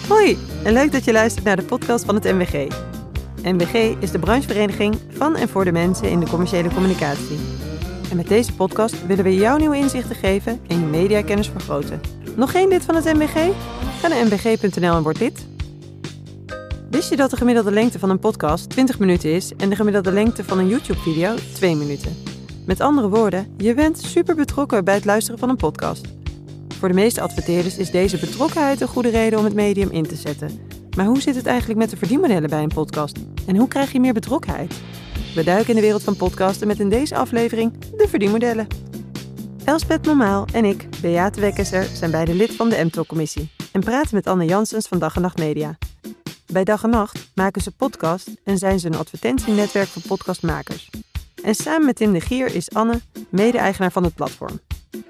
Hoi, en leuk dat je luistert naar de podcast van het NWG. NWG is de branchevereniging van en voor de mensen in de commerciële communicatie. En met deze podcast willen we jou nieuwe inzichten geven en je mediakennis vergroten. Nog geen lid van het NWG? Ga naar nwg.nl en word lid. Wist je dat de gemiddelde lengte van een podcast 20 minuten is en de gemiddelde lengte van een YouTube-video 2 minuten? Met andere woorden, je bent super betrokken bij het luisteren van een podcast. Voor de meeste adverteerders is deze betrokkenheid een goede reden om het medium in te zetten. Maar hoe zit het eigenlijk met de verdienmodellen bij een podcast? En hoe krijg je meer betrokkenheid? We duiken in de wereld van podcasten met in deze aflevering de verdienmodellen. Elspeth Normaal en ik, Beate Wekkesser, zijn beide lid van de MTalk-commissie en praten met Anne Janssens van Dag en Nacht Media. Bij Dag en Nacht maken ze podcast en zijn ze een advertentienetwerk voor podcastmakers. En samen met Tim de Gier is Anne mede-eigenaar van het platform.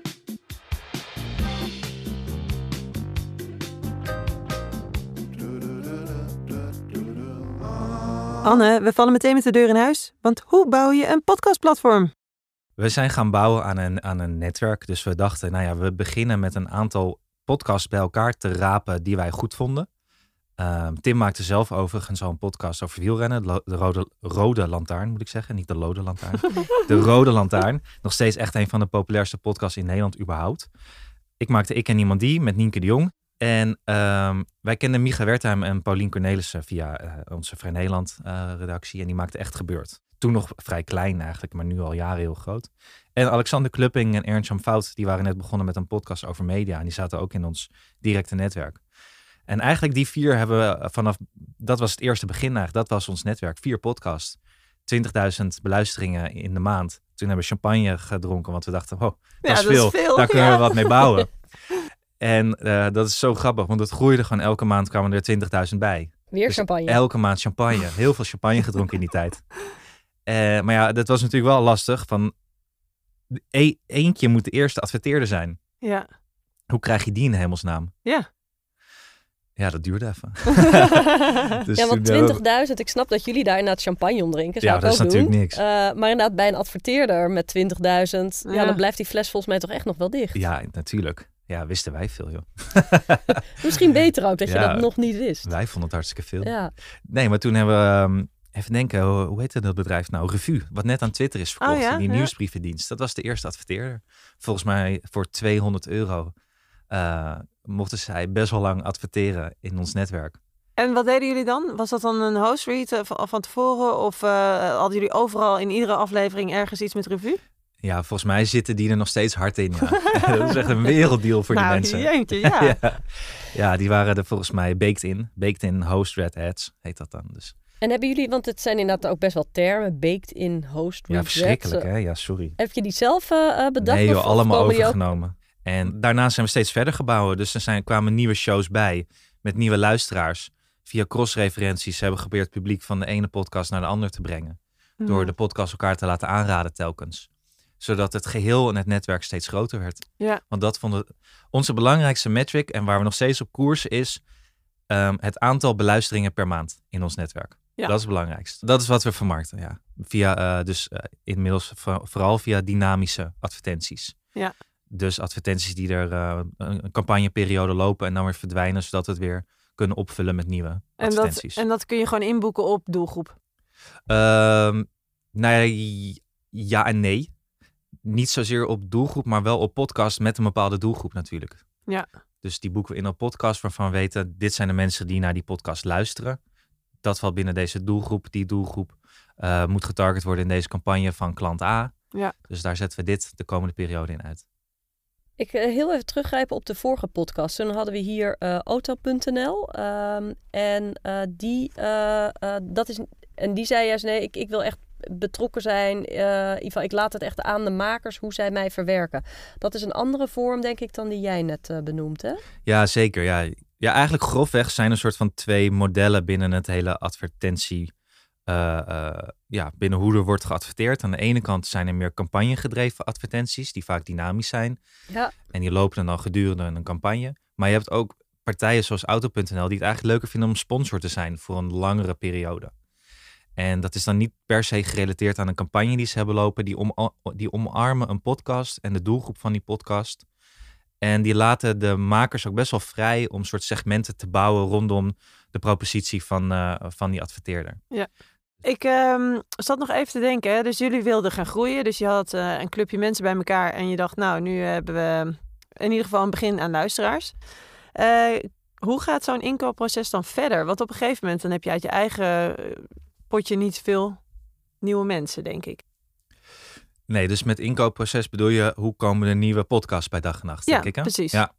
Anne, we vallen meteen met de deur in huis, want hoe bouw je een podcastplatform? We zijn gaan bouwen aan een netwerk. Dus we dachten, we beginnen met een aantal podcasts bij elkaar te rapen die wij goed vonden. Tim maakte zelf overigens al een podcast over wielrennen. De rode lantaarn, moet ik zeggen. Niet de lode lantaarn. De rode lantaarn. Nog steeds echt een van de populairste podcasts in Nederland überhaupt. Ik maakte Ik en Niemand Die met Nienke de Jong. En wij kenden Micha Wertheim en Paulien Cornelissen via onze Vrij Nederland redactie. En die maakte Echt Gebeurd. Toen nog vrij klein eigenlijk, maar nu al jaren heel groot. En Alexander Klupping en Ernst-Jan Fout, die waren net begonnen met een podcast over media. En die zaten ook in ons directe netwerk. En eigenlijk die 4 hebben we dat was het eerste begin eigenlijk. Dat was ons netwerk. 4 podcasts. 20.000 beluisteringen in de maand. Toen hebben we champagne gedronken, want we dachten, dat is veel. Daar kunnen we wat mee bouwen. En dat is zo grappig, want het groeide gewoon elke maand kwamen er 20.000 bij. Weer dus champagne. Elke maand champagne. Heel veel champagne gedronken in die tijd. Maar ja, dat was natuurlijk wel lastig. Eentje moet de eerste adverteerder zijn. Ja. Hoe krijg je die in de hemelsnaam? Ja. Ja, dat duurde even. Dus ja, want 20.000, ik snap dat jullie daar inderdaad champagne om drinken. Ja, dat is natuurlijk niks. Maar inderdaad, bij een adverteerder met 20.000, dan blijft die fles volgens mij toch echt nog wel dicht. Ja, natuurlijk. Ja, wisten wij veel, joh. Misschien beter ook dat je dat nog niet wist. Wij vonden het hartstikke veel. Ja. Nee, maar toen hebben we, even denken, hoe heette dat bedrijf nou? Revue, wat net aan Twitter is verkocht. Die nieuwsbrievendienst. Dat was de eerste adverteerder. Volgens mij voor €200 mochten zij best wel lang adverteren in ons netwerk. En wat deden jullie dan? Was dat dan een host read van tevoren? Of hadden jullie overal in iedere aflevering ergens iets met Revue? Ja, volgens mij zitten die er nog steeds hard in. Ja. Dat is echt een werelddeal voor die mensen. Jeetje, ja. Ja, die waren er volgens mij baked in. Baked in host read ads heet dat dan. Dus. En hebben jullie, want het zijn inderdaad ook best wel termen, baked in host read ads. Ja, verschrikkelijk hè. Ja, sorry. Heb je die zelf bedacht? Nee joh, allemaal overgenomen. En daarna zijn we steeds verder gebouwen. Dus er kwamen nieuwe shows bij met nieuwe luisteraars. Via cross-referenties hebben we geprobeerd het publiek van de ene podcast naar de ander te brengen. Door de podcast elkaar te laten aanraden telkens. Zodat het geheel en het netwerk steeds groter werd. Ja. Want dat vonden onze belangrijkste metric en waar we nog steeds op koers is het aantal beluisteringen per maand in ons netwerk. Ja. Dat is het belangrijkste. Dat is wat we vermarkten, ja. Via inmiddels vooral via dynamische advertenties. Ja. Dus advertenties die er een campagneperiode lopen en dan weer verdwijnen, zodat we het weer kunnen opvullen met nieuwe advertenties. En dat kun je gewoon inboeken op doelgroep? Ja en nee. Niet zozeer op doelgroep, maar wel op podcast met een bepaalde doelgroep natuurlijk. Ja. Dus die boeken we in een podcast waarvan we weten, dit zijn de mensen die naar die podcast luisteren. Dat valt binnen deze doelgroep. Die doelgroep moet getarget worden in deze campagne van klant A. Ja. Dus daar zetten we dit de komende periode in uit. Ik heel even teruggrijpen op de vorige podcast. Toen hadden we hier Auto.nl. Die zei juist, nee, ik wil echt betrokken zijn. In ieder geval, ik laat het echt aan de makers hoe zij mij verwerken. Dat is een andere vorm, denk ik, dan die jij net benoemt, hè? Ja, zeker. Ja, eigenlijk grofweg zijn een soort van 2 modellen binnen het hele advertentie. Binnen hoe er wordt geadverteerd. Aan de ene kant zijn er meer campagnegedreven advertenties, die vaak dynamisch zijn. Ja. En die lopen dan gedurende een campagne. Maar je hebt ook partijen zoals Auto.nl die het eigenlijk leuker vinden om sponsor te zijn voor een langere periode. En dat is dan niet per se gerelateerd aan een campagne die ze hebben lopen. Die omarmen een podcast en de doelgroep van die podcast. En die laten de makers ook best wel vrij om soort segmenten te bouwen rondom de propositie van die adverteerder. Ja. Ik zat nog even te denken, hè? Dus jullie wilden gaan groeien. Dus je had een clubje mensen bij elkaar en je dacht, nou, nu hebben we in ieder geval een begin aan luisteraars. Hoe gaat zo'n inkoopproces dan verder? Want op een gegeven moment dan heb je uit je eigen potje niet veel nieuwe mensen, denk ik. Nee, dus met inkoopproces bedoel je, hoe komen de nieuwe podcasts bij dag en nacht, denk ik, hè? Precies. Ja,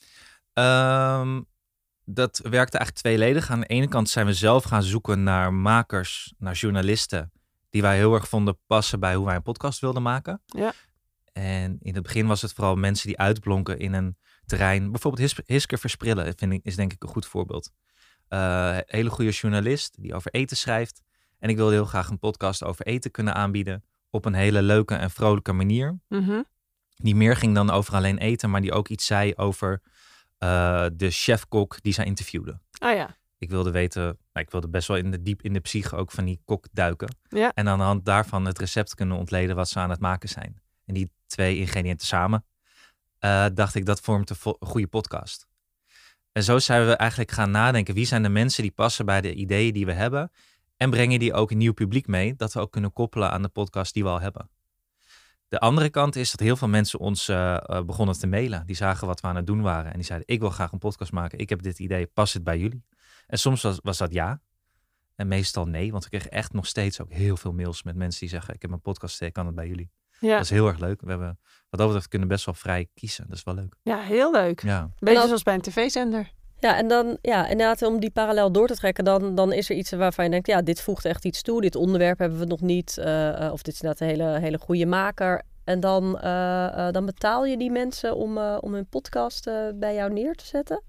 dat werkte eigenlijk tweeledig. Aan de ene kant zijn we zelf gaan zoeken naar makers, naar journalisten, die wij heel erg vonden passen bij hoe wij een podcast wilden maken. Ja. En in het begin was het vooral mensen die uitblonken in een terrein. Bijvoorbeeld Hiske Versprillen is denk ik een goed voorbeeld. Hele goede journalist die over eten schrijft. En ik wilde heel graag een podcast over eten kunnen aanbieden op een hele leuke en vrolijke manier. Mm-hmm. Die meer ging dan over alleen eten, maar die ook iets zei over de chef-kok die zij interviewde. Oh ja. Ik wilde weten, ik wilde best wel diep in de psyche ook van die kok duiken. Ja. En aan de hand daarvan het recept kunnen ontleden wat ze aan het maken zijn. En die 2 ingrediënten samen, dacht ik, dat vormt een goede podcast. En zo zijn we eigenlijk gaan nadenken, wie zijn de mensen die passen bij de ideeën die we hebben? En brengen die ook een nieuw publiek mee, dat we ook kunnen koppelen aan de podcast die we al hebben. De andere kant is dat heel veel mensen ons begonnen te mailen. Die zagen wat we aan het doen waren en die zeiden, ik wil graag een podcast maken. Ik heb dit idee, past het bij jullie? En soms was dat ja. En meestal nee, want we kregen echt nog steeds ook heel veel mails met mensen die zeggen, ik heb een podcast, kan het bij jullie? Ja. Dat is heel erg leuk. We hebben, wat dat betreft, kunnen best wel vrij kiezen. Dat is wel leuk. Ja, heel leuk. Ja. Beetje zoals bij een tv-zender. Ja, en dan, inderdaad, om die parallel door te trekken, dan is er iets waarvan je denkt, ja, dit voegt echt iets toe. Dit onderwerp hebben we nog niet. Of dit is inderdaad een hele goede maker. En dan betaal je die mensen om hun podcast bij jou neer te zetten?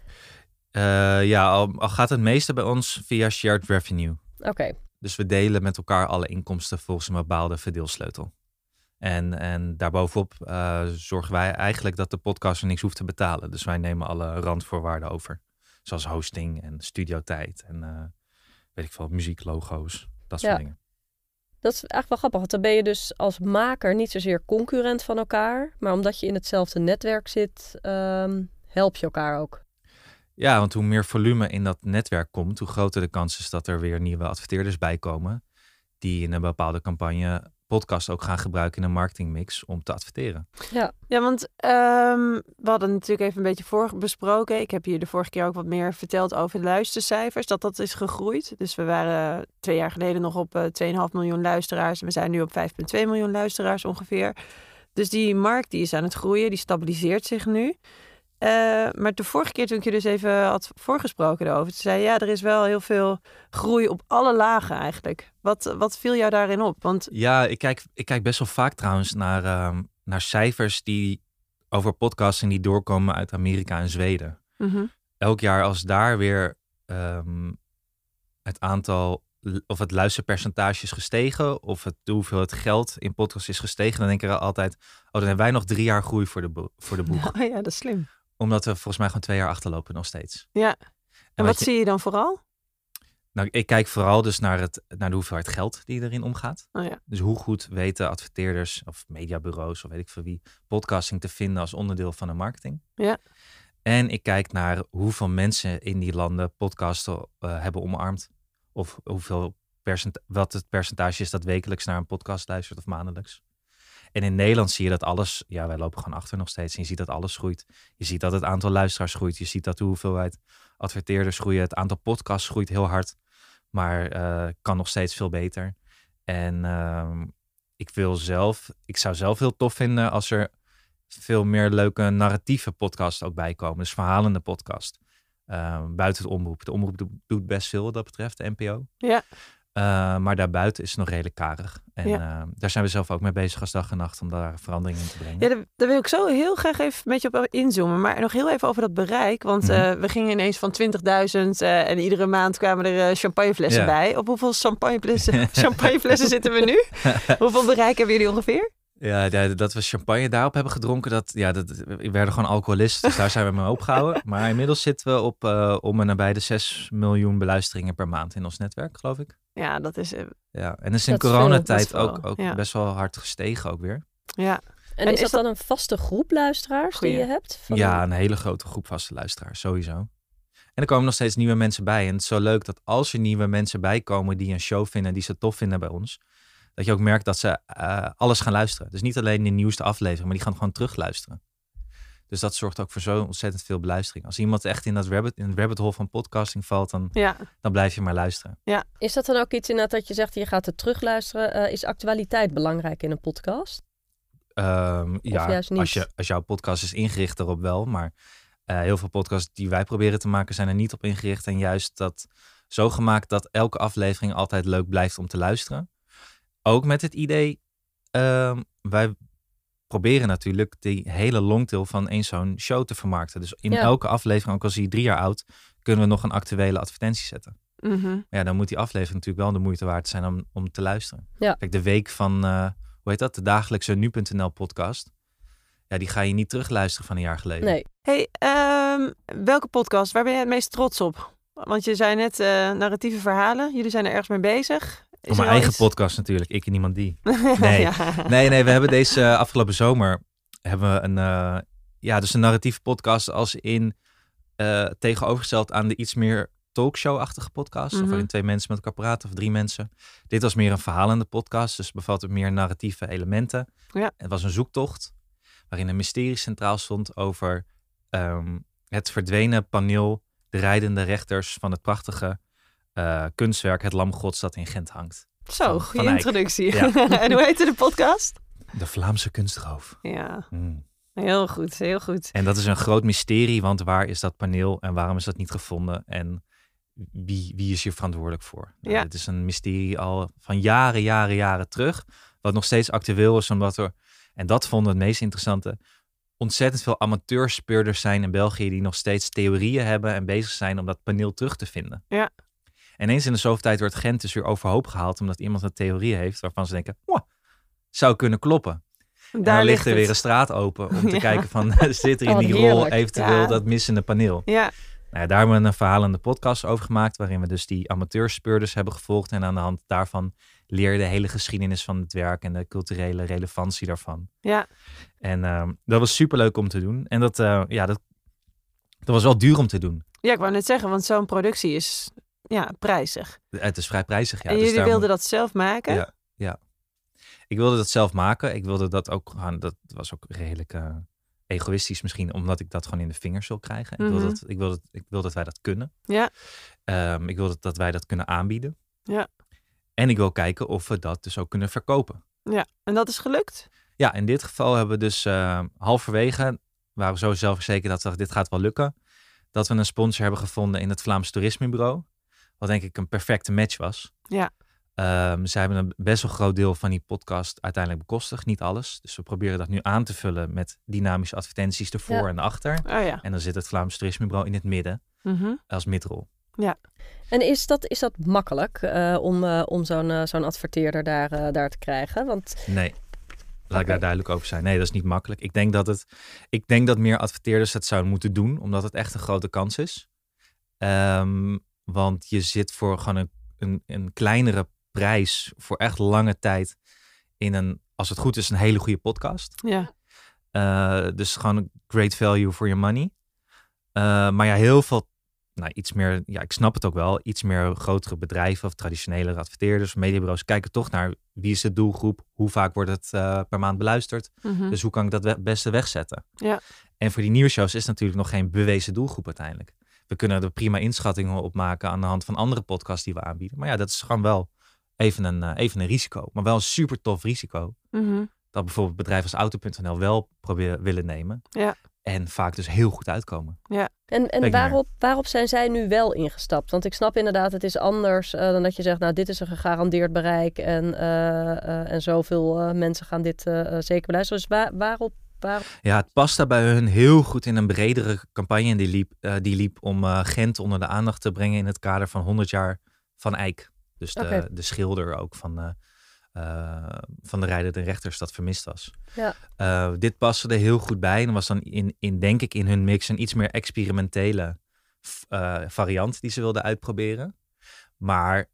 Al gaat het meeste bij ons via shared revenue. Oké. Dus we delen met elkaar alle inkomsten volgens een bepaalde verdeelsleutel. En daarbovenop zorgen wij eigenlijk dat de podcaster niks hoeft te betalen. Dus wij nemen alle randvoorwaarden over. Zoals hosting en studiotijd en weet ik veel, muzieklogo's, dat soort dingen. Dat is eigenlijk wel grappig, want dan ben je dus als maker niet zozeer concurrent van elkaar. Maar omdat je in hetzelfde netwerk zit, help je elkaar ook. Ja, want hoe meer volume in dat netwerk komt, hoe groter de kans is dat er weer nieuwe adverteerders bij komen. Die in een bepaalde campagne podcast ook gaan gebruiken in een marketingmix om te adverteren. Ja, want we hadden natuurlijk even een beetje besproken. Ik heb hier de vorige keer ook wat meer verteld over de luistercijfers. Dat is gegroeid. Dus we waren 2 jaar geleden nog op 2,5 miljoen luisteraars. We zijn nu op 5,2 miljoen luisteraars ongeveer. Dus die markt die is aan het groeien. Die stabiliseert zich nu. Maar de vorige keer toen ik je dus even had voorgesproken erover, toen zei je, ja, er is wel heel veel groei op alle lagen eigenlijk. Wat viel jou daarin op? Want ja, ik kijk best wel vaak trouwens naar cijfers die over podcasts die doorkomen uit Amerika en Zweden. Mm-hmm. Elk jaar als daar weer het aantal of het luisterpercentage is gestegen of de hoeveelheid geld in podcasts is gestegen, dan denk ik er altijd, dan hebben wij nog 3 jaar groei voor de boeg. Ja, dat is slim. Omdat we volgens mij gewoon 2 jaar achterlopen nog steeds. Ja. En wat zie je dan vooral? Nou, ik kijk vooral dus naar de hoeveelheid geld die erin omgaat. Oh ja. Dus hoe goed weten adverteerders of mediabureaus of weet ik veel wie podcasting te vinden als onderdeel van een marketing. Ja. En ik kijk naar hoeveel mensen in die landen podcasten hebben omarmd. Of wat het percentage is dat wekelijks naar een podcast luistert of maandelijks. En in Nederland zie je dat alles, ja, wij lopen gewoon achter nog steeds. En je ziet dat alles groeit. Je ziet dat het aantal luisteraars groeit. Je ziet dat de hoeveelheid adverteerders groeien. Het aantal podcasts groeit heel hard. Maar kan nog steeds veel beter. En ik zou zelf heel tof vinden als er veel meer leuke narratieve podcasts ook bij komen. Dus verhalende podcast. Buiten het omroep. De omroep doet best veel wat dat betreft, de NPO. Ja. Maar daarbuiten is het nog redelijk karig. En daar zijn we zelf ook mee bezig als dag en nacht om daar verandering in te brengen. Ja, daar wil ik zo heel graag even een beetje op inzoomen. Maar nog heel even over dat bereik. Want we gingen ineens van 20.000 en iedere maand kwamen er champagneflessen bij. Op hoeveel champagneflessen zitten we nu? Hoeveel bereik hebben jullie ongeveer? Ja, dat we champagne daarop hebben gedronken, we werden gewoon alcoholisten. Dus daar zijn we mee opgehouden. Maar inmiddels zitten we op om en nabij de 6 miljoen beluisteringen per maand in ons netwerk, geloof ik. Ja, dat is... Ja, en dat is in coronatijd ook best wel hard gestegen ook weer. Ja. En is dat dan een vaste groep luisteraars die je hebt? Ja, een hele grote groep vaste luisteraars, sowieso. En er komen nog steeds nieuwe mensen bij. En het is zo leuk dat als er nieuwe mensen bijkomen die een show vinden, die ze tof vinden bij ons, dat je ook merkt dat ze alles gaan luisteren. Dus niet alleen de nieuwste aflevering, maar die gaan gewoon terugluisteren. Dus dat zorgt ook voor zo ontzettend veel beluistering. Als iemand echt in het rabbit hole van podcasting valt, dan blijf je maar luisteren. Ja. Is dat dan ook iets inderdaad dat je zegt, je gaat het terugluisteren? Is actualiteit belangrijk in een podcast? Ja, als jouw podcast is ingericht erop wel. Maar heel veel podcasts die wij proberen te maken zijn er niet op ingericht. En juist dat zo gemaakt dat elke aflevering altijd leuk blijft om te luisteren. Ook met het idee, wij proberen natuurlijk die hele longtail van één zo'n show te vermarkten. Dus in elke aflevering, ook al is die 3 jaar oud, kunnen we nog een actuele advertentie zetten. Mm-hmm. Maar ja, dan moet die aflevering natuurlijk wel de moeite waard zijn om te luisteren. Ja. Kijk, de week van, de dagelijkse Nu.nl podcast. Ja, die ga je niet terugluisteren van een jaar geleden. Nee. Hey, welke podcast, waar ben jij het meest trots op? Want je zei net narratieve verhalen. Jullie zijn er ergens mee bezig. Voor mijn eigen podcast natuurlijk. Ik en niemand die. Nee, Ja. nee. We hebben deze afgelopen zomer hebben we dus een narratieve podcast als in tegenovergesteld aan de iets meer talkshow-achtige podcast. Of waarin 2 mensen met elkaar praten of 3 mensen. Dit was meer een verhalende podcast. Dus bevatte meer narratieve elementen. Ja. Het was een zoektocht waarin een mysterie centraal stond over het verdwenen paneel, de rijdende rechters van het prachtige kunstwerk Het Lam Gods dat in Gent hangt. Zo, goede Eyck. introductie. Ja. En hoe heette de podcast? De Vlaamse kunstroof. Ja, Mm. heel goed, heel goed. En dat is een groot mysterie, want waar is dat paneel en waarom is dat niet gevonden? En wie is hier verantwoordelijk voor? Nou, Ja. Het is een mysterie al van jaren terug, wat nog steeds actueel is, omdat er, en dat vonden we het meest interessante, ontzettend veel amateurspeurders zijn in België die nog steeds theorieën hebben en bezig zijn om dat paneel terug te vinden. Ja. En eens in de zoveel tijd wordt Gent dus weer overhoop gehaald omdat iemand een theorie heeft waarvan ze denken, zou kunnen kloppen. En dan ligt er weer een straat open om te kijken van, zit er in die rol heerlijk. eventueel dat missende paneel? Ja, Nou ja, daar hebben we een verhalende podcast over gemaakt, waarin we dus die amateurspeurders hebben gevolgd en aan de hand daarvan leer je de hele geschiedenis van het werk en de culturele relevantie daarvan. ja. En dat was superleuk om te doen. En dat was wel duur om te doen. Ja, ik wou net zeggen, want zo'n productie is prijzig. Het is vrij prijzig, ja. En dus jullie daar wilden dat zelf maken? Ja. Ik wilde dat zelf maken. Ik wilde dat ook gaan. Dat was ook redelijk egoïstisch misschien, omdat ik dat gewoon in de vingers wil krijgen. Ik wil dat wij dat kunnen. Ja. Ik wil dat wij dat kunnen aanbieden. Ja. En ik wil kijken of we dat dus ook kunnen verkopen. Ja, en dat is gelukt? Ja, in dit geval hebben we dus halverwege, waren we zo zelfverzekerd dat we dachten, dit gaat wel lukken, dat we een sponsor hebben gevonden in het Vlaams Toerismebureau. Wat denk ik een perfecte match was. Ja. Zij hebben een best wel groot deel van die podcast uiteindelijk bekostigd. Niet alles. Dus we proberen dat nu aan te vullen met dynamische advertenties ervoor en achter. Oh ja. En dan zit het Vlaams Toerismebureau in het midden als midrol. Ja. En is dat makkelijk om zo'n adverteerder daar te krijgen? Want Nee. Laat ik daar duidelijk over zijn. Nee, dat is niet makkelijk. Ik denk dat meer adverteerders het zouden moeten doen, omdat het echt een grote kans is. Want je zit voor gewoon een kleinere prijs voor echt lange tijd in als het goed is, een hele goede podcast. Ja. Dus gewoon een great value for your money. Maar ja, heel veel, iets meer, ik snap het ook wel, iets meer grotere bedrijven of traditionele adverteerders, mediabureaus kijken toch naar wie is de doelgroep, hoe vaak wordt het per maand beluisterd. Dus hoe kan ik dat het beste wegzetten? Ja. En voor die nieuwe shows is het natuurlijk nog geen bewezen doelgroep uiteindelijk. We kunnen er prima inschattingen op maken aan de hand van andere podcasts die we aanbieden. Maar ja, dat is gewoon wel even een risico. Maar wel een super tof risico. Dat bijvoorbeeld bedrijven als Auto.nl wel willen nemen. Ja. En vaak dus heel goed uitkomen. Ja. En waarop zijn zij nu wel ingestapt? Want ik snap inderdaad, het is anders dan dat je zegt, dit is een gegarandeerd bereik. En zoveel mensen gaan dit zeker beluisteren. Dus waarop? Ja, het past daar bij hun heel goed in een bredere campagne die liep om Gent onder de aandacht te brengen in het kader van 100 jaar van Eyck. Dus de schilder ook van de rijdende rechters dat vermist was. Ja. Dit paste er heel goed bij en was dan denk ik in hun mix een iets meer experimentele variant die ze wilden uitproberen. Maar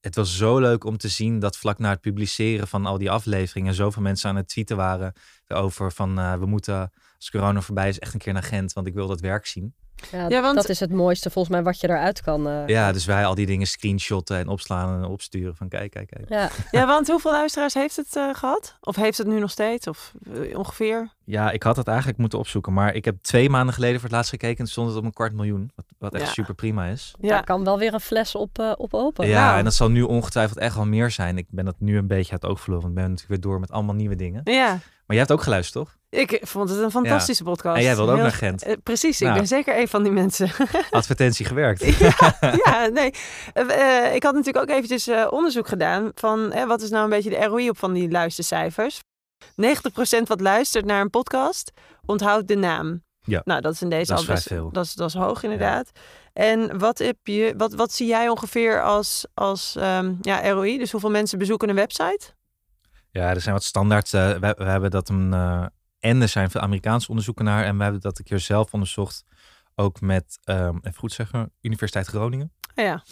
het was zo leuk om te zien dat vlak na het publiceren van al die afleveringen zoveel mensen aan het tweeten waren over van we moeten, als corona voorbij is, echt een keer naar Gent, want ik wil dat werk zien. Ja, want dat is het mooiste volgens mij wat je eruit kan. Ja, dus wij al die dingen screenshotten en opslaan en opsturen van kijk. Ja, want hoeveel luisteraars heeft het gehad? Of heeft het nu nog steeds? Of ongeveer? Ja, ik had het eigenlijk moeten opzoeken, maar ik heb 2 maanden geleden voor het laatst gekeken en stond het op 250.000, wat echt super prima is. Ja. Daar kan wel weer een fles op open. Ja, en dat zal nu ongetwijfeld echt wel meer zijn. Ik ben dat nu een beetje uit het oog verloren, want ik ben natuurlijk weer door met allemaal nieuwe dingen. Ja. Maar jij hebt ook geluisterd, toch? Ik vond het een fantastische podcast. En jij wilde ook naar Gent. Precies, ik ben zeker een van die mensen. Advertentie gewerkt. Nee. Ik had natuurlijk ook eventjes onderzoek gedaan van wat is nou een beetje de ROI op van die luistercijfers. 90% wat luistert naar een podcast onthoudt de naam. Ja. Nou, dat is in deze al best veel. Dat is hoog inderdaad. Ja. En wat zie jij ongeveer als ROI? Dus hoeveel mensen bezoeken een website? Ja, er zijn wat standaard. We hebben dat en er zijn veel Amerikaanse onderzoeken naar. En we hebben dat een keer zelf onderzocht. Ook met, even goed zeggen, Universiteit Groningen. Ja.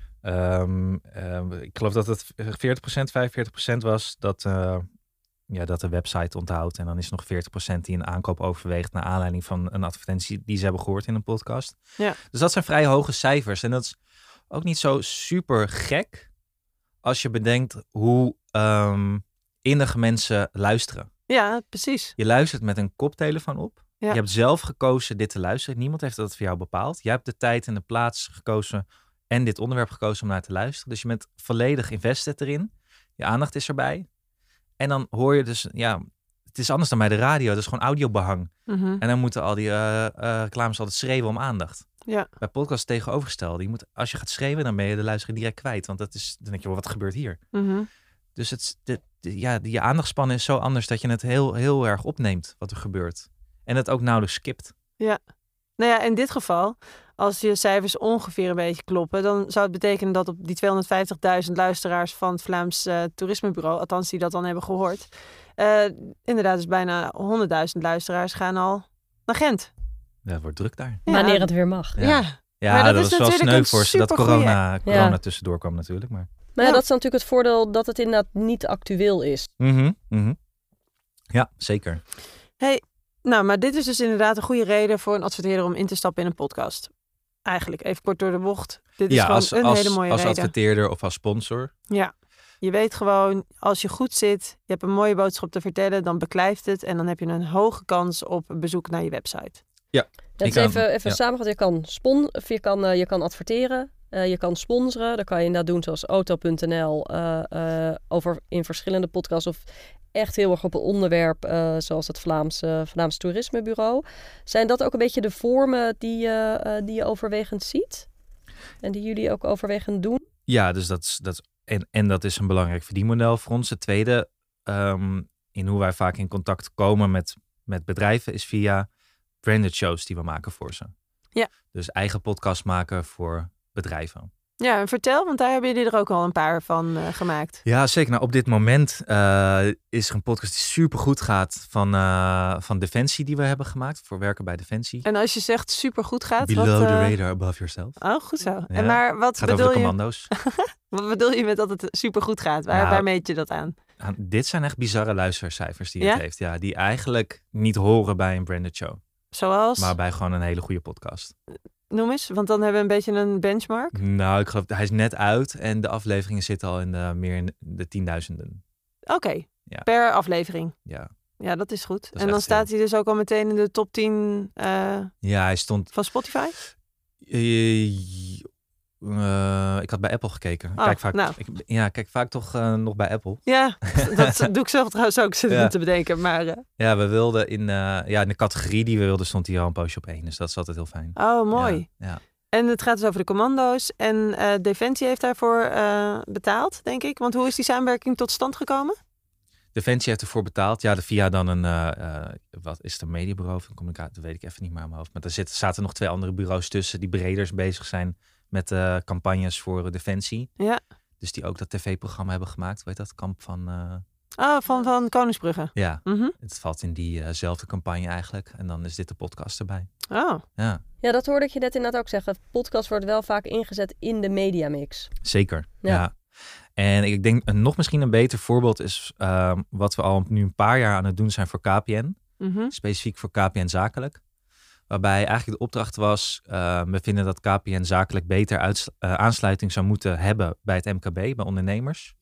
Ik geloof dat het 40%, 45% was dat de website onthoudt. En dan is er nog 40% die een aankoop overweegt naar aanleiding van een advertentie die ze hebben gehoord in een podcast. Ja. Dus dat zijn vrij hoge cijfers. En dat is ook niet zo super gek als je bedenkt hoe innige mensen luisteren. Ja, precies. Je luistert met een koptelefoon op. Ja. Je hebt zelf gekozen dit te luisteren. Niemand heeft dat voor jou bepaald. Jij hebt de tijd en de plaats gekozen en dit onderwerp gekozen om naar te luisteren. Dus je bent volledig invested erin. Je aandacht is erbij. En dan hoor je dus, het is anders dan bij de radio. Dat is gewoon audiobehang. Mm-hmm. En dan moeten al die reclames altijd schreeuwen om aandacht. Ja. Bij podcast tegenovergestelde. Als je gaat schreeuwen, dan ben je de luisteraar direct kwijt. Want dan denk je, wat gebeurt hier? Mm-hmm. Dus je aandachtspannen is zo anders dat je het heel, heel erg opneemt wat er gebeurt. En het ook nauwelijks skipt. Ja. Nou ja, in dit geval, als je cijfers ongeveer een beetje kloppen, dan zou het betekenen dat op die 250.000 luisteraars van het Vlaams Toerismebureau, althans die dat dan hebben gehoord, inderdaad dus bijna 100.000 luisteraars gaan al naar Gent. Ja, het wordt druk daar. Ja. Wanneer het weer mag. Ja, dat was wel sneu voor ze dat corona tussendoor kwam natuurlijk. Maar dat is natuurlijk het voordeel dat het inderdaad niet actueel is. Mm-hmm, mm-hmm. Ja, zeker. Hey, maar dit is dus inderdaad een goede reden voor een adverteerder om in te stappen in een podcast. Eigenlijk, even kort door de bocht. Dit is gewoon een hele mooie als reden. Als adverteerder of als sponsor. Ja, je weet gewoon, als je goed zit, je hebt een mooie boodschap te vertellen, dan beklijft het en dan heb je een hoge kans op bezoek naar je website. Ja. Dus even samenvatten, je kan adverteren. Je kan sponsoren. Dat kan je inderdaad doen zoals auto.nl in verschillende podcasts of echt heel erg op een onderwerp zoals het Vlaams Toerismebureau. Zijn dat ook een beetje de vormen die je overwegend ziet? En die jullie ook overwegend doen? Ja, dus dat is een belangrijk verdienmodel voor ons. Het tweede, in hoe wij vaak in contact komen met bedrijven, is via branded shows die we maken voor ze. Ja. Dus eigen podcast maken voor bedrijven. Ja, en vertel, want daar hebben jullie er ook al een paar van gemaakt. Ja, zeker. Nou, op dit moment is er een podcast die supergoed gaat van Defensie die we hebben gemaakt voor werken bij Defensie. En als je zegt supergoed gaat... Below the radar, above yourself. Oh, goed zo. Ja. En maar wat gaat bedoel over de commando's. Wat bedoel je met dat het supergoed gaat? Waar meet je dat aan? Dit zijn echt bizarre luistercijfers die het heeft. Ja, die eigenlijk niet horen bij een branded show. Zoals? Maar bij gewoon een hele goede podcast. Noem eens, want dan hebben we een beetje een benchmark. Nou, ik geloof, hij is net uit en de afleveringen zitten al meer in de 10.000. Oké, per aflevering. Ja. Ja, dat is goed. En dan staat hij dus ook al meteen in de top 10 hij stond van Spotify? Ik had bij Apple gekeken. Oh, kijk vaak toch nog bij Apple. Ja, dat doe ik zelf trouwens ook te bedenken. Maar, Ja, we wilden in de categorie die we wilden stond hij al een poosje op 1. Dus dat is altijd heel fijn. Oh, mooi. Ja. En het gaat dus over de commando's. En Defensie heeft daarvoor betaald, denk ik. Want hoe is die samenwerking tot stand gekomen? Defensie heeft ervoor betaald. Ja, via dan wat is het, een mediabureau van communicatie? Dat weet ik even niet meer aan mijn hoofd. Maar er zaten nog 2 andere bureaus tussen die breders bezig zijn met campagnes voor Defensie. Ja. Dus die ook dat tv-programma hebben gemaakt. Weet dat? Kamp van... van Koningsbrugge. Ja, Het valt in diezelfde campagne eigenlijk. En dan is dit de podcast erbij. Oh. Ja, dat hoorde ik je net inderdaad ook zeggen. Podcast wordt wel vaak ingezet in de mediamix. Zeker, ja. En ik denk nog misschien een beter voorbeeld is wat we al nu een paar jaar aan het doen zijn voor KPN. Specifiek voor KPN Zakelijk. Waarbij eigenlijk de opdracht was, we vinden dat KPN Zakelijk beter aansluiting zou moeten hebben bij het MKB, bij ondernemers.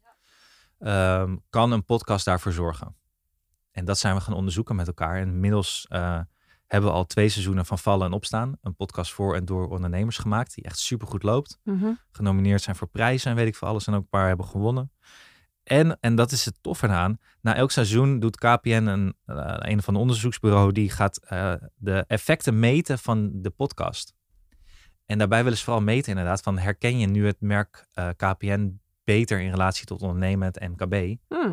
Kan een podcast daarvoor zorgen? En dat zijn we gaan onderzoeken met elkaar. En inmiddels hebben we al 2 seizoenen van Vallen en Opstaan. Een podcast voor en door ondernemers gemaakt. Die echt supergoed loopt. Genomineerd zijn voor prijzen en weet ik veel alles. En ook een paar hebben gewonnen. En dat is het toffe eraan. Na elk seizoen doet KPN een van de onderzoeksbureau. Die gaat de effecten meten van de podcast. En daarbij willen ze vooral meten inderdaad. Van herken je nu het merk KPN beter in relatie tot ondernemen en MKB.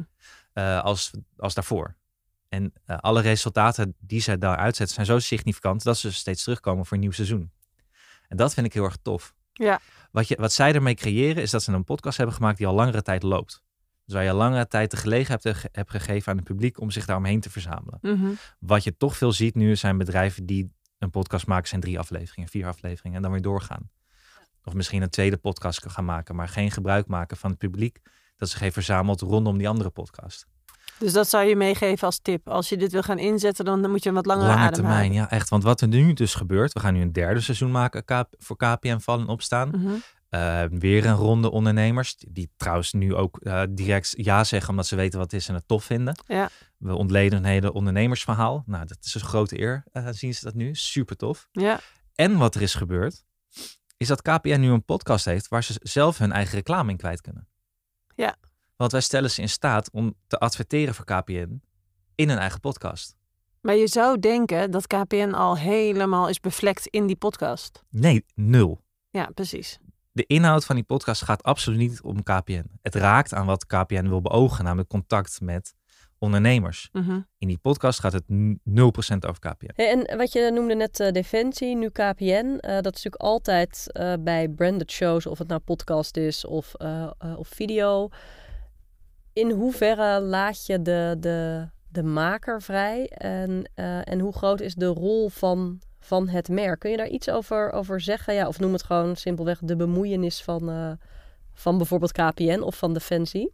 Als daarvoor. En alle resultaten die zij daar uitzetten zijn zo significant dat ze steeds terugkomen voor een nieuw seizoen. En dat vind ik heel erg tof. Ja. Wat zij ermee creëren is dat ze een podcast hebben gemaakt die al langere tijd loopt. Dus waar je langere tijd de gelegenheid hebt gegeven aan het publiek om zich daaromheen te verzamelen. Wat je toch veel ziet nu zijn bedrijven die een podcast maken zijn 3 afleveringen, 4 afleveringen en dan weer doorgaan. Of misschien een tweede podcast gaan maken, maar geen gebruik maken van het publiek dat zich heeft verzameld rondom die andere podcast. Dus dat zou je meegeven als tip. Als je dit wil gaan inzetten, dan moet je een wat langere Lange adem termijn, houden. ja echt. Want wat er nu dus gebeurt, we gaan nu een 3e seizoen maken voor KPN Vallen en Opstaan. Weer een ronde ondernemers, die trouwens nu ook direct ja zeggen omdat ze weten wat het is en het tof vinden. Ja. We ontleden een hele ondernemersverhaal. Nou, dat is een grote eer, zien ze dat nu. Super tof. Ja. En wat er is gebeurd, is dat KPN nu een podcast heeft waar ze zelf hun eigen reclame in kwijt kunnen. Ja. Want wij stellen ze in staat om te adverteren voor KPN in hun eigen podcast. Maar je zou denken dat KPN al helemaal is bevlekt in die podcast. Nee, 0. Ja, precies. De inhoud van die podcast gaat absoluut niet om KPN. Het raakt aan wat KPN wil beogen, namelijk contact met ondernemers. In die podcast gaat het 0% over KPN. Hey, en wat je noemde net Defensie, nu KPN. Dat is natuurlijk altijd bij branded shows, of het nou podcast is of video. In hoeverre laat je de maker vrij? En hoe groot is de rol van het merk? Kun je daar iets over zeggen? Ja, of noem het gewoon simpelweg de bemoeienis van bijvoorbeeld KPN of van Defensie?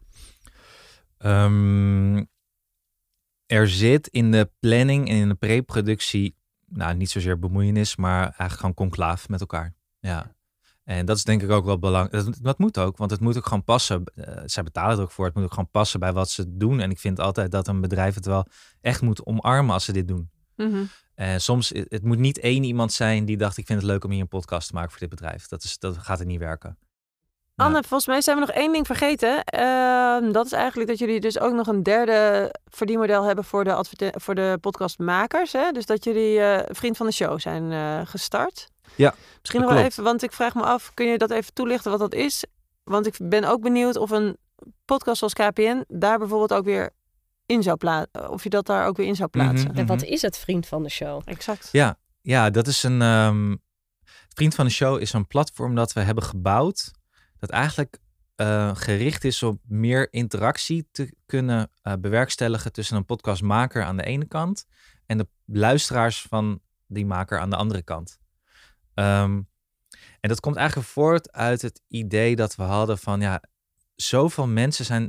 Er zit in de planning en in de pre-productie, nou niet zozeer bemoeienis, maar eigenlijk gewoon conclaaf met elkaar. Ja. En dat is denk ik ook wel belangrijk. Dat moet ook, want het moet ook gewoon passen. Zij betalen er ook voor. Het moet ook gewoon passen bij wat ze doen. En ik vind altijd dat een bedrijf het wel echt moet omarmen als ze dit doen. En soms, het moet niet 1 iemand zijn die dacht, ik vind het leuk om hier een podcast te maken voor dit bedrijf. Dat gaat er niet werken. Anne, volgens mij zijn we nog 1 ding vergeten. Dat is eigenlijk dat jullie dus ook nog een 3e verdienmodel hebben voor de podcastmakers. Hè? Dus dat jullie vriend van de show zijn gestart. Ja, misschien nog wel even, want ik vraag me af, kun je dat even toelichten wat dat is? Want ik ben ook benieuwd of een podcast zoals KPN daar bijvoorbeeld ook weer in zou plaatsen. Of je dat daar ook weer in zou plaatsen. En wat is het vriend van de show? Exact. Ja, dat is een... Vriend van de show is een platform dat we hebben gebouwd. Dat eigenlijk gericht is op meer interactie te kunnen bewerkstelligen tussen een podcastmaker aan de ene kant en de luisteraars van die maker aan de andere kant. En dat komt eigenlijk voort uit het idee dat we hadden van ja, zoveel mensen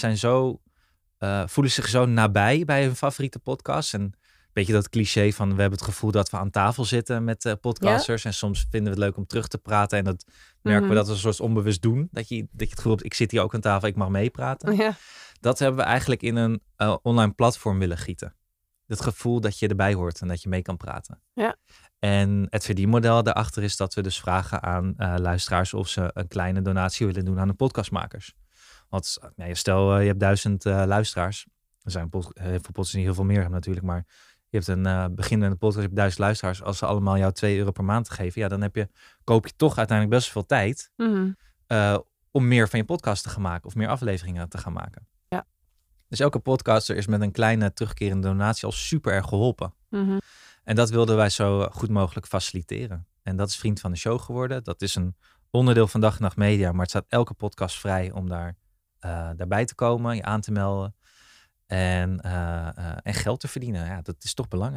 voelen zich zo nabij bij hun favoriete podcast. En een beetje dat cliché van we hebben het gevoel dat we aan tafel zitten met podcasters. Ja? En soms vinden we het leuk om terug te praten. En dat merken we dat we een soort onbewust doen. Dat je het gevoel hebt, ik zit hier ook aan tafel, ik mag meepraten. Ja. Dat hebben we eigenlijk in een online platform willen gieten. Het gevoel dat je erbij hoort en dat je mee kan praten. Ja. En het verdienmodel daarachter is dat we dus vragen aan luisteraars of ze een kleine donatie willen doen aan de podcastmakers. Want stel je hebt 1000 luisteraars. Er zijn heel veel podcasts die heel veel meer hebben natuurlijk, maar je hebt een beginnende podcast, je hebt 1000 luisteraars. Als ze allemaal jou €2 per maand geven, ja, dan koop je toch uiteindelijk best veel tijd om meer van je podcast te gaan maken of meer afleveringen te gaan maken. Ja. Dus elke podcaster is met een kleine terugkerende donatie al super erg geholpen. En dat wilden wij zo goed mogelijk faciliteren. En dat is Vriend van de Show geworden. Dat is een onderdeel van Dag en Nacht Media, maar het staat elke podcast vrij om daarbij te komen, je aan te melden en geld te verdienen. Ja, dat is toch belangrijk.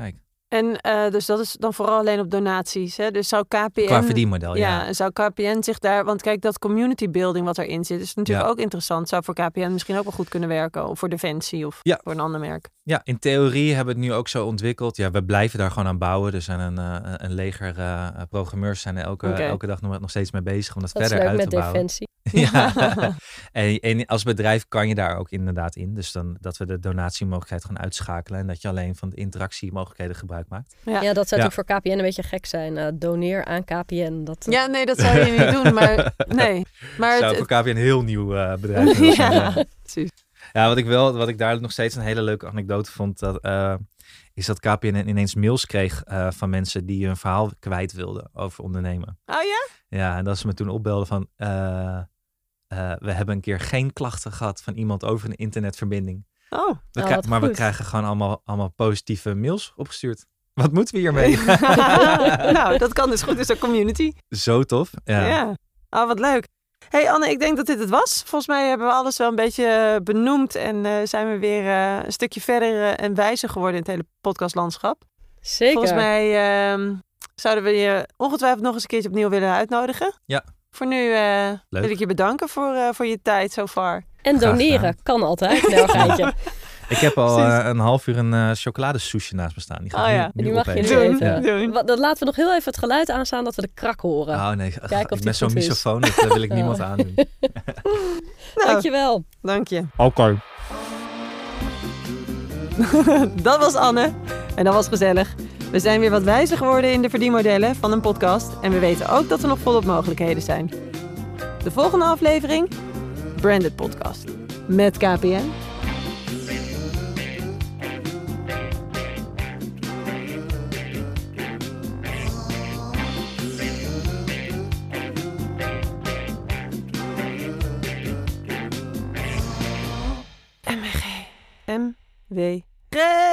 En dus dat is dan vooral alleen op donaties. Hè? Dus zou KPN... Qua verdienmodel, ja. En zou KPN zich daar... Want kijk, dat community building wat erin zit... is natuurlijk ook interessant. Zou voor KPN misschien ook wel goed kunnen werken. Of voor Defensie of voor een ander merk. Ja, in theorie hebben we het nu ook zo ontwikkeld. Ja, we blijven daar gewoon aan bouwen. Er zijn een leger programmeurs zijn er elke dag nog steeds mee bezig om dat verder uit te bouwen. Dat is leuk met Defensie. Ja. en als bedrijf kan je daar ook inderdaad in. Dus dan dat we de donatiemogelijkheid gaan uitschakelen. En dat je alleen van de interactiemogelijkheden gebruik maakt. Ja, dat zou natuurlijk voor KPN een beetje gek zijn. Doneer aan KPN. Ja, nee, dat zou je niet doen. Maar nee. Maar zou voor KPN een heel nieuw bedrijf zijn. Precies. Ja, wat ik daar nog steeds een hele leuke anekdote vond, is dat KPN ineens mails kreeg van mensen die hun verhaal kwijt wilden over ondernemen. Oh ja? Ja, en dat ze me toen opbelden van, we hebben een keer geen klachten gehad van iemand over een internetverbinding. Maar we krijgen gewoon allemaal positieve mails opgestuurd. Wat moeten we hiermee? Nou, dat kan dus goed in zo'n community. Zo tof. Ja. Oh, wat leuk. Hey Anne, ik denk dat dit het was. Volgens mij hebben we alles wel een beetje benoemd en zijn we weer een stukje verder en wijzer geworden in het hele podcastlandschap. Zeker. Volgens mij zouden we je ongetwijfeld nog eens een keertje opnieuw willen uitnodigen. Ja. Voor nu wil ik je bedanken voor je tijd so far. En doneren kan altijd. Ik heb al een half uur een chocoladesoesje naast me staan. Die gaat nu die mag opeten. je nu even. Dan laten we nog heel even het geluid aanstaan dat we de krak horen. Oh nee, kijken of met zo'n misofoon dat wil ik niemand aandoen. Dankjewel. Dank je. Oké. Dat was Anne. En dat was gezellig. We zijn weer wat wijzer geworden in de verdienmodellen van een podcast. En we weten ook dat er nog volop mogelijkheden zijn. De volgende aflevering? Branded Podcast. Met KPN. MWG.